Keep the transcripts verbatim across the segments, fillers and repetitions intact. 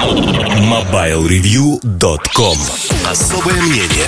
мобайл ревью точка ком. Особое мнение.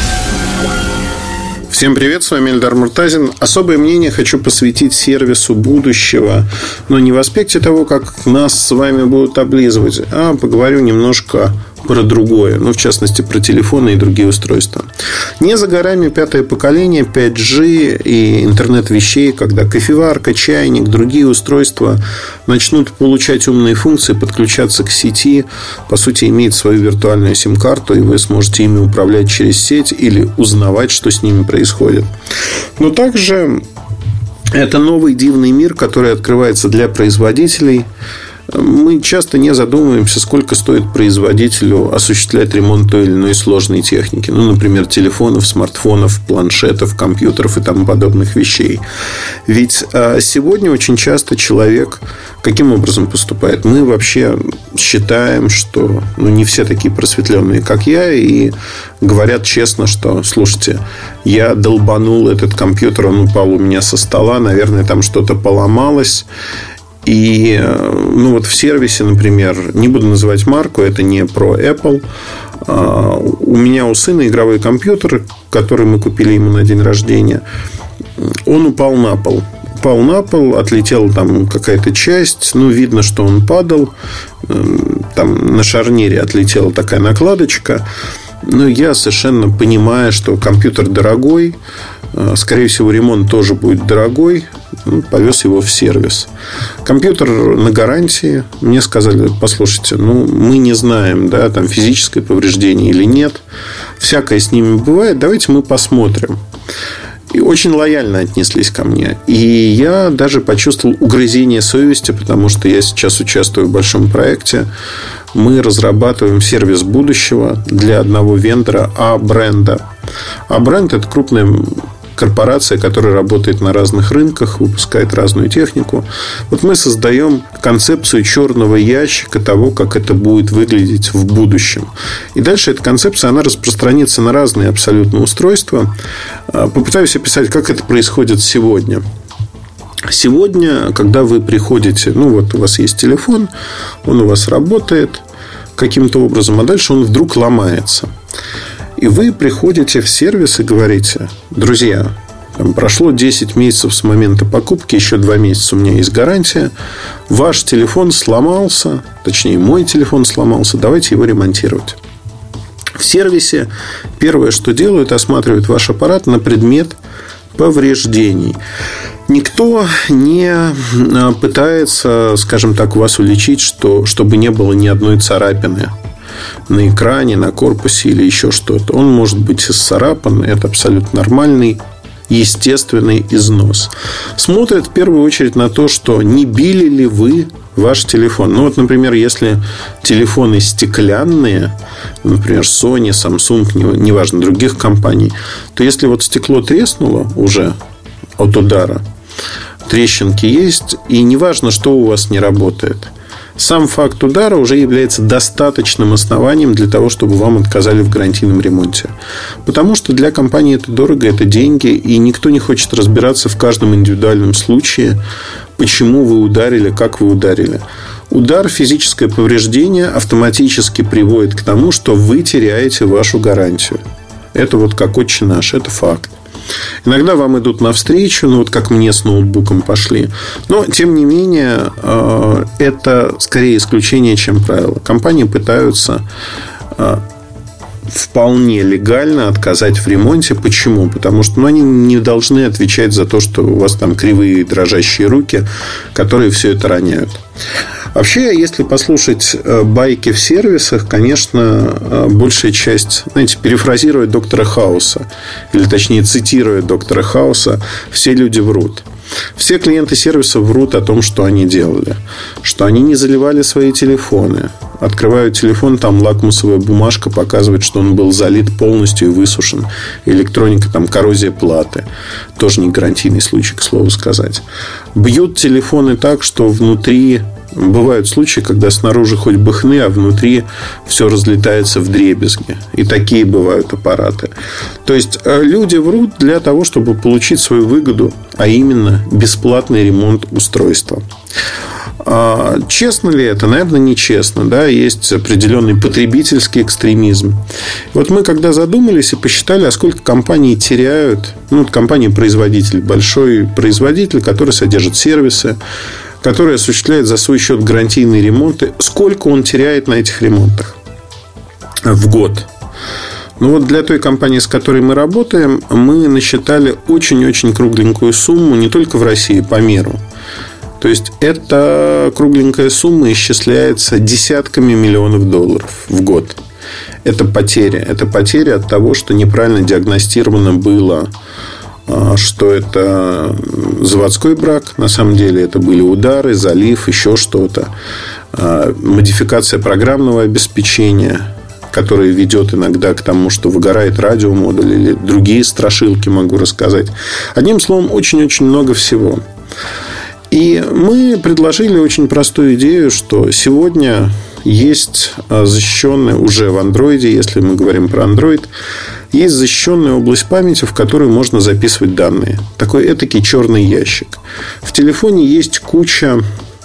Всем привет, с вами Эльдар Муртазин. Особое мнение хочу посвятить сервису будущего. Но не в аспекте того, как нас с вами будут облизывать, а поговорю немножко про другое. Ну, в частности, про телефоны и другие устройства. Не за горами пятое поколение, пять джи и интернет вещей, когда кофеварка, чайник, другие устройства начнут получать умные функции, подключаться к сети, по сути, иметь свою виртуальную сим-карту, и вы сможете ими управлять через сеть или узнавать, что с ними происходит. Но также это новый дивный мир, который открывается для производителей. Мы часто не задумываемся, сколько стоит производителю осуществлять ремонт той или иной сложной техники. Ну, например, телефонов, смартфонов, планшетов, компьютеров и тому подобных вещей. Ведь сегодня очень часто человек каким образом поступает? Мы вообще считаем, что ну, не все такие просветленные, как я, и говорят честно, что, слушайте, я долбанул этот компьютер, он упал у меня со стола, наверное, там что-то поломалось. И ну, вот в сервисе, например, не буду называть марку, это не про Apple. У меня у сына игровой компьютер, который мы купили ему на день рождения. Он упал на пол. Упал на пол, отлетела там какая-то часть. Ну, видно, что он падал. Там на шарнире отлетела такая накладочка. Но я совершенно понимаю, что компьютер дорогой. Скорее всего, ремонт тоже будет дорогой. Повез его в сервис. Компьютер на гарантии. Мне сказали, послушайте, ну, мы не знаем, да, там физическое повреждение или нет. Всякое с ними бывает. Давайте мы посмотрим. И очень лояльно отнеслись ко мне. И я даже почувствовал угрызение совести, потому что я сейчас участвую в большом проекте. Мы разрабатываем сервис будущего для одного вендора А-бренда. А-бренд – это крупная корпорация, которая работает на разных рынках, выпускает разную технику. Вот мы создаем концепцию черного ящика того, как это будет выглядеть в будущем. И дальше эта концепция, она распространится на разные абсолютно устройства. Попытаюсь описать, как это происходит сегодня. Сегодня, когда вы приходите, ну вот у вас есть телефон, он у вас работает каким-то образом, а дальше он вдруг ломается. И вы приходите в сервис и говорите: друзья, там прошло десять месяцев с момента покупки, еще два месяца у меня есть гарантия. Ваш телефон сломался, точнее мой телефон сломался, давайте его ремонтировать. В сервисе первое, что делают, осматривают ваш аппарат на предмет повреждений. Никто не пытается, скажем так, вас уличить, что, чтобы не было ни одной царапины на экране, на корпусе или еще что-то. Он может быть исцарапан. Это абсолютно нормальный, естественный износ. Смотрят в первую очередь на то, что не били ли вы ваш телефон. Ну вот, например, если телефоны стеклянные, например, Sony, Samsung, неважно, других компаний, то если вот стекло треснуло уже от удара, трещинки есть, и неважно, что у вас не работает, сам факт удара уже является достаточным основанием для того, чтобы вам отказали в гарантийном ремонте. Потому что для компании это дорого, это деньги, и никто не хочет разбираться в каждом индивидуальном случае, почему вы ударили, как вы ударили. Удар, физическое повреждение автоматически приводит к тому, что вы теряете вашу гарантию. Это вот как отче наш, это факт. Иногда вам идут навстречу, ну вот как мне с ноутбуком пошли. Но, тем не менее, это скорее исключение, чем правило. Компании пытаются вполне легально отказать в ремонте. Почему? Потому что ну, они не должны отвечать за то, что у вас там кривые дрожащие руки, которые все это роняют. Вообще, если послушать байки в сервисах, конечно, большая часть, знаете, перефразируя доктора Хауса, или точнее цитируя доктора Хауса, все люди врут. Все клиенты сервиса врут о том, что они делали. Что они не заливали свои телефоны. Открывают телефон, там лакмусовая бумажка показывает, что он был залит полностью и высушен. Электроника, там коррозия платы. Тоже не гарантийный случай, к слову сказать. Бьют телефоны так, что внутри... Бывают случаи, когда снаружи хоть бы хны, а внутри все разлетается вдребезги. И такие бывают аппараты. То есть люди врут для того, чтобы получить свою выгоду, а именно бесплатный ремонт устройства. Честно ли это? Наверное, нечестно. Да? Есть определенный потребительский экстремизм. Вот мы когда задумались и посчитали, а сколько компаний теряют, ну, компания-производитель, большой производитель, который содержит сервисы, который осуществляет за свой счет гарантийные ремонты, сколько он теряет на этих ремонтах в год. Ну вот для той компании, с которой мы работаем, мы насчитали очень-очень кругленькую сумму, не только в России, по миру. То есть эта кругленькая сумма исчисляется десятками миллионов долларов в год. Это потеря. Это потеря от того, что неправильно диагностировано было, что это заводской брак. На самом деле это были удары, залив, еще что-то. Модификация программного обеспечения, которая ведет иногда к тому, что выгорает радиомодуль или другие страшилки, могу рассказать. Одним словом, очень-очень много всего. И мы предложили очень простую идею, что сегодня есть защищенная уже в андроиде, если мы говорим про Android, есть защищенная область памяти, в которую можно записывать данные. Такой этакий черный ящик. В телефоне есть куча,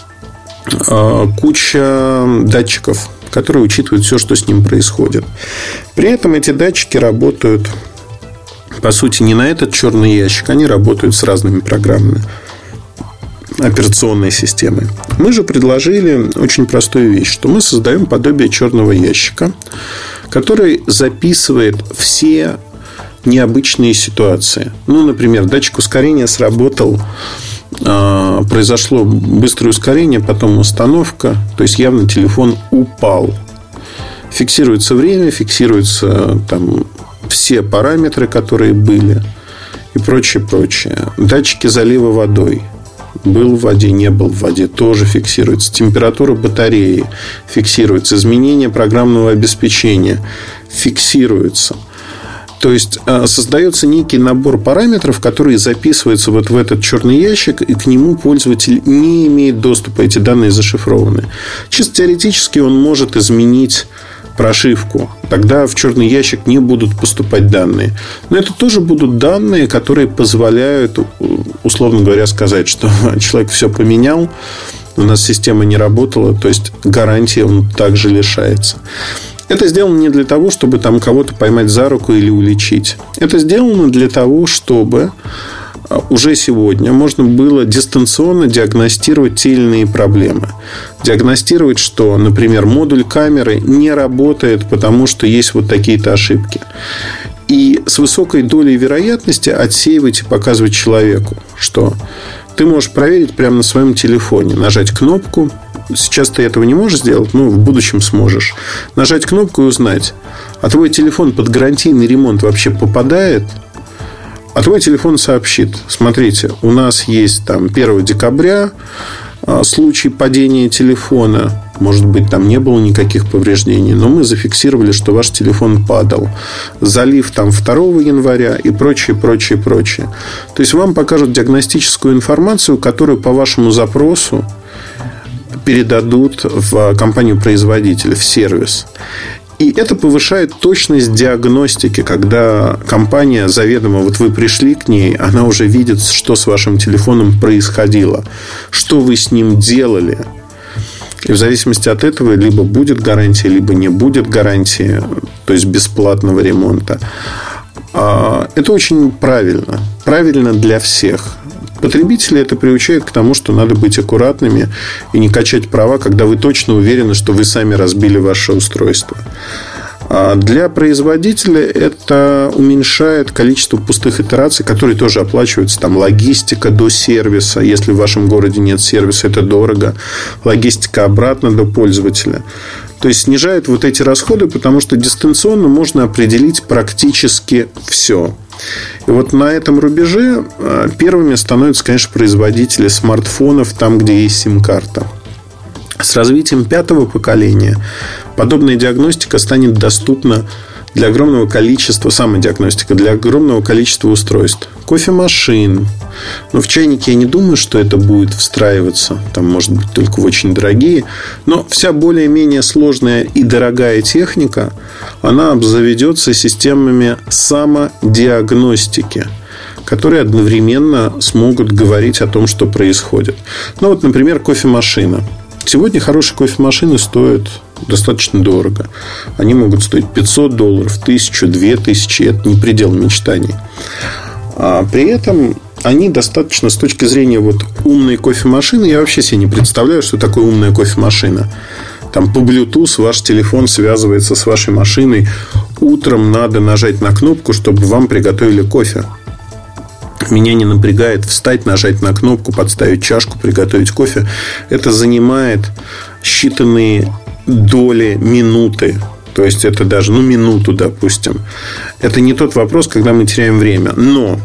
куча датчиков, которые учитывают все, что с ним происходит. При этом эти датчики работают, по сути, не на этот черный ящик, они работают с разными программами операционной системы. Мы же предложили очень простую вещь, что мы создаем подобие черного ящика, который записывает все необычные ситуации. Ну, например, датчик ускорения сработал, произошло быстрое ускорение, потом установка, то есть явно телефон упал. Фиксируется время, фиксируются там все параметры, которые были, и прочее, прочее. Датчики залива водой. Был в воде, не был в воде, тоже фиксируется. Температура батареи фиксируется. Изменение программного обеспечения фиксируется. То есть создается некий набор параметров, которые записываются вот в этот черный ящик, и к нему пользователь не имеет доступа. Эти данные зашифрованы. Чисто теоретически он может изменить прошивку. Тогда в черный ящик не будут поступать данные. Но это тоже будут данные, которые позволяют, условно говоря, сказать, что человек все поменял, у нас система не работала, то есть гарантии он также лишается. Это сделано не для того, чтобы там кого-то поймать за руку или уличить. Это сделано для того, чтобы уже сегодня можно было дистанционно диагностировать те или иные проблемы. Диагностировать, что, например, модуль камеры не работает, потому что есть вот такие-то ошибки. И с высокой долей вероятности отсеивать и показывать человеку, что ты можешь проверить прямо на своем телефоне. Нажать кнопку. Сейчас ты этого не можешь сделать, но в будущем сможешь. Нажать кнопку и узнать, а твой телефон под гарантийный ремонт вообще попадает? А твой телефон сообщит: смотрите, у нас есть там первого декабря случай падения телефона. Может быть, там не было никаких повреждений, но мы зафиксировали, что ваш телефон падал. Залив там второго января и прочее, прочее, прочее. То есть вам покажут диагностическую информацию, которую по вашему запросу передадут в компанию-производителя, в сервис. И это повышает точность диагностики, когда компания заведомо, вот вы пришли к ней, она уже видит, что с вашим телефоном происходило, что вы с ним делали. И в зависимости от этого либо будет гарантия, либо не будет гарантии, то есть бесплатного ремонта. Это очень правильно. Правильно для всех. Потребители это приучает к тому, что надо быть аккуратными и не качать права, когда вы точно уверены, что вы сами разбили ваше устройство. А для производителя это уменьшает количество пустых итераций, которые тоже оплачиваются. Там логистика до сервиса. Если в вашем городе нет сервиса, это дорого. Логистика обратно до пользователя. То есть снижает вот эти расходы, потому что дистанционно можно определить практически все. И вот на этом рубеже первыми становятся, конечно, производители смартфонов, там, где есть сим-карта. С развитием пятого поколения подобная диагностика станет доступна для огромного количества, самодиагностика, для огромного количества устройств. Кофемашин. Но в чайнике я не думаю, что это будет встраиваться. Там, может быть, только в очень дорогие. Но вся более-менее сложная и дорогая техника, она обзаведется системами самодиагностики. которые одновременно смогут говорить о том, что происходит. Ну, вот, например, кофемашина. Сегодня хорошие кофемашины стоят достаточно дорого. Они могут стоить пятьсот долларов, тысячу, две тысячи. Это не предел мечтаний. А при этом они достаточно с точки зрения вот умной кофемашины. Я вообще себе не представляю, что такое умная кофемашина. Там по Bluetooth ваш телефон связывается с вашей машиной. Утром надо нажать на кнопку, чтобы вам приготовили кофе. Меня не напрягает встать, нажать на кнопку, подставить чашку, приготовить кофе. Это занимает считанные доли минуты. То есть это даже, ну, минуту, допустим. Это не тот вопрос, когда мы теряем время. Но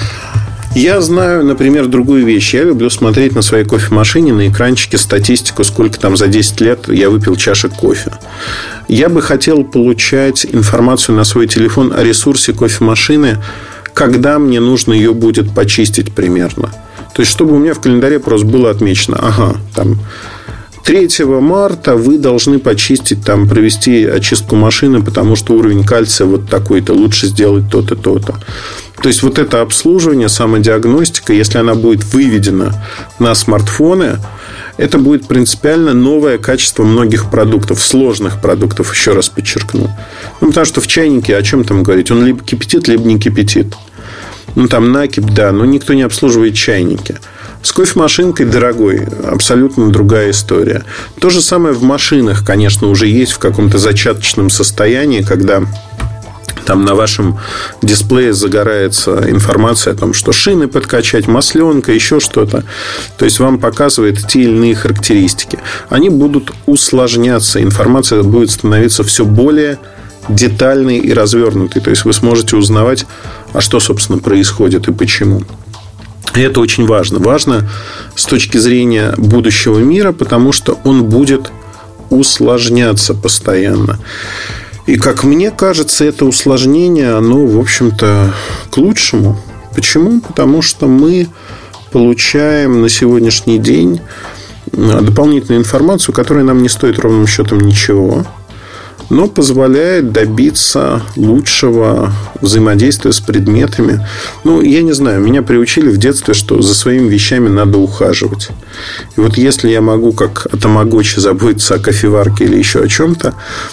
я знаю, например, другую вещь. Я люблю смотреть на своей кофемашине, на экранчике статистику, сколько там за десять лет я выпил чашек кофе. Я бы хотел получать информацию на свой телефон о ресурсе кофемашины, когда мне нужно ее будет почистить примерно. То есть, чтобы у меня в календаре просто было отмечено: ага, там третьего марта вы должны почистить, там, провести очистку машины, потому что уровень кальция вот такой-то, лучше сделать то-то, то-то. То есть, вот это обслуживание, самодиагностика, если она будет выведена на смартфоны, это будет принципиально новое качество многих продуктов, сложных продуктов, еще раз подчеркну. Ну, потому что в чайнике, о чем там говорить, он либо кипятит, либо не кипятит. Ну, там накипь, да, но никто не обслуживает чайники. С кофемашинкой дорогой абсолютно другая история. То же самое в машинах, конечно, уже есть в каком-то зачаточном состоянии, когда там на вашем дисплее загорается информация о том, что шины подкачать, масленка, еще что-то. То есть вам показывает те или иные характеристики. Они будут усложняться. Информация будет становиться все более детальной и развернутой. То есть вы сможете узнавать, а что, собственно, происходит и почему. И это очень важно. Важно с точки зрения будущего мира, потому что он будет усложняться постоянно. И, как мне кажется, это усложнение, оно, в общем-то, к лучшему. Почему? Потому что мы получаем на сегодняшний день дополнительную информацию, которая нам не стоит ровным счетом ничего, но позволяет добиться лучшего взаимодействия с предметами. Ну, я не знаю, меня приучили в детстве, что за своими вещами надо ухаживать. И вот если я могу, как о тамагочи, заботиться о кофеварке или еще о чем-то,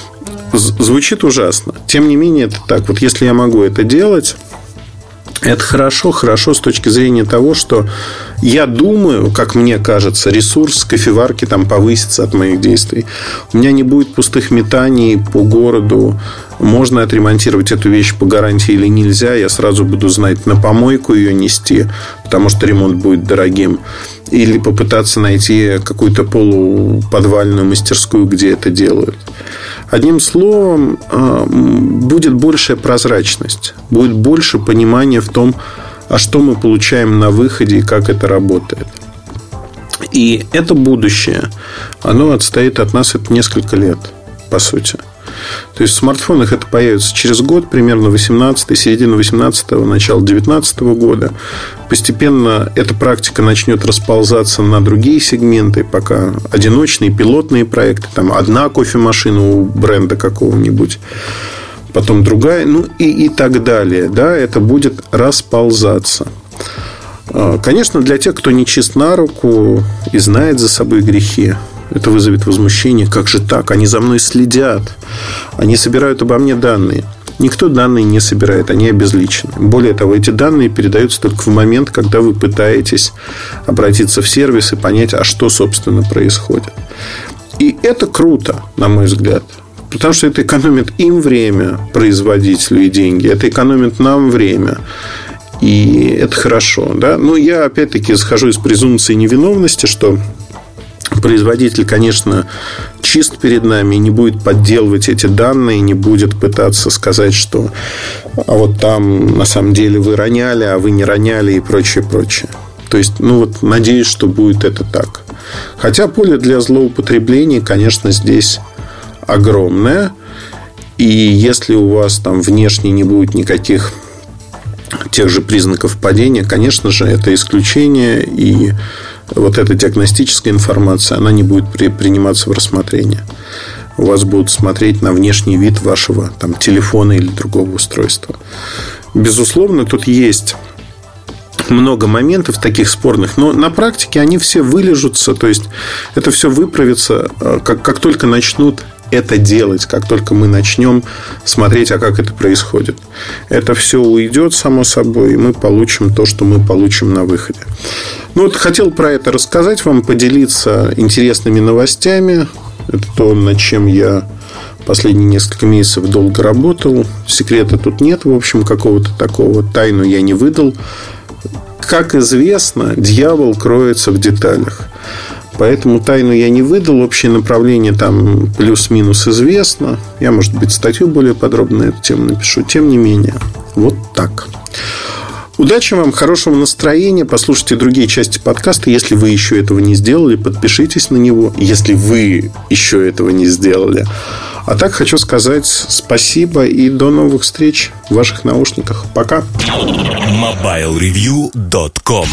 звучит ужасно. Тем не менее, это так. Вот если я могу это делать, это хорошо, хорошо с точки зрения того, что я думаю, как мне кажется, ресурс кофеварки там повысится от моих действий. У меня не будет пустых метаний по городу. Можно отремонтировать эту вещь по гарантии или нельзя. Я сразу буду знать, на помойку ее нести, потому что ремонт будет дорогим. Или попытаться найти какую-то полуподвальную мастерскую, где это делают. Одним словом, будет большая прозрачность. Будет больше понимания в том, а что мы получаем на выходе и как это работает. И это будущее, оно отстоит от нас это несколько лет, по сути. То есть в смартфонах это появится через год, примерно восемнадцатый, середина восемнадцатого, начало девятнадцатого года. Постепенно эта практика начнет расползаться на другие сегменты, пока одиночные пилотные проекты, там одна кофемашина у бренда какого-нибудь, потом другая, ну и, и так далее. Да, это будет расползаться. Конечно, для тех, кто не чист на руку и знает за собой грехи, это вызовет возмущение. Как же так? Они за мной следят. Они собирают обо мне данные. Никто данные не собирает, они обезличены. Более того, эти данные передаются только в момент, когда вы пытаетесь обратиться в сервис и понять, а что, собственно, происходит. И это круто, на мой взгляд. Потому что это экономит им время, производителю, и деньги. Это экономит нам время. И это хорошо, да? Но я, опять-таки, исхожу из презумпции невиновности, что производитель, конечно, чист перед нами, не будет подделывать эти данные, не будет пытаться сказать, что а вот там на самом деле вы роняли, а вы не роняли и прочее, прочее. То есть, ну вот, надеюсь, что будет это так. Хотя поле для злоупотребления, конечно, здесь огромное. И если у вас там внешне не будет никаких тех же признаков падения, конечно же, это исключение. И вот эта диагностическая информация, она не будет при, приниматься в рассмотрение. У вас будут смотреть на внешний вид вашего там телефона или другого устройства. Безусловно, тут есть много моментов таких спорных, но на практике они все вылежутся, то есть это все выправится, как, как только начнут это делать, как только мы начнем смотреть, а как это происходит. Это все уйдет само собой, и мы получим то, что мы получим на выходе. Ну вот хотел про это рассказать вам, поделиться интересными новостями. Это то, над чем я последние несколько месяцев долго работал. Секрета тут нет, в общем, какого-то такого. Тайну я не выдал. Как известно, дьявол кроется в деталях. Поэтому тайну я не выдал. Общее направление там плюс-минус известно. Я, может быть, статью более подробно на эту тему напишу. Тем не менее, вот так. Удачи вам, хорошего настроения. Послушайте другие части подкаста. Если вы еще этого не сделали, подпишитесь на него. Если вы еще этого не сделали. А так хочу сказать спасибо и до новых встреч в ваших наушниках. Пока. мобайл ревью точка ком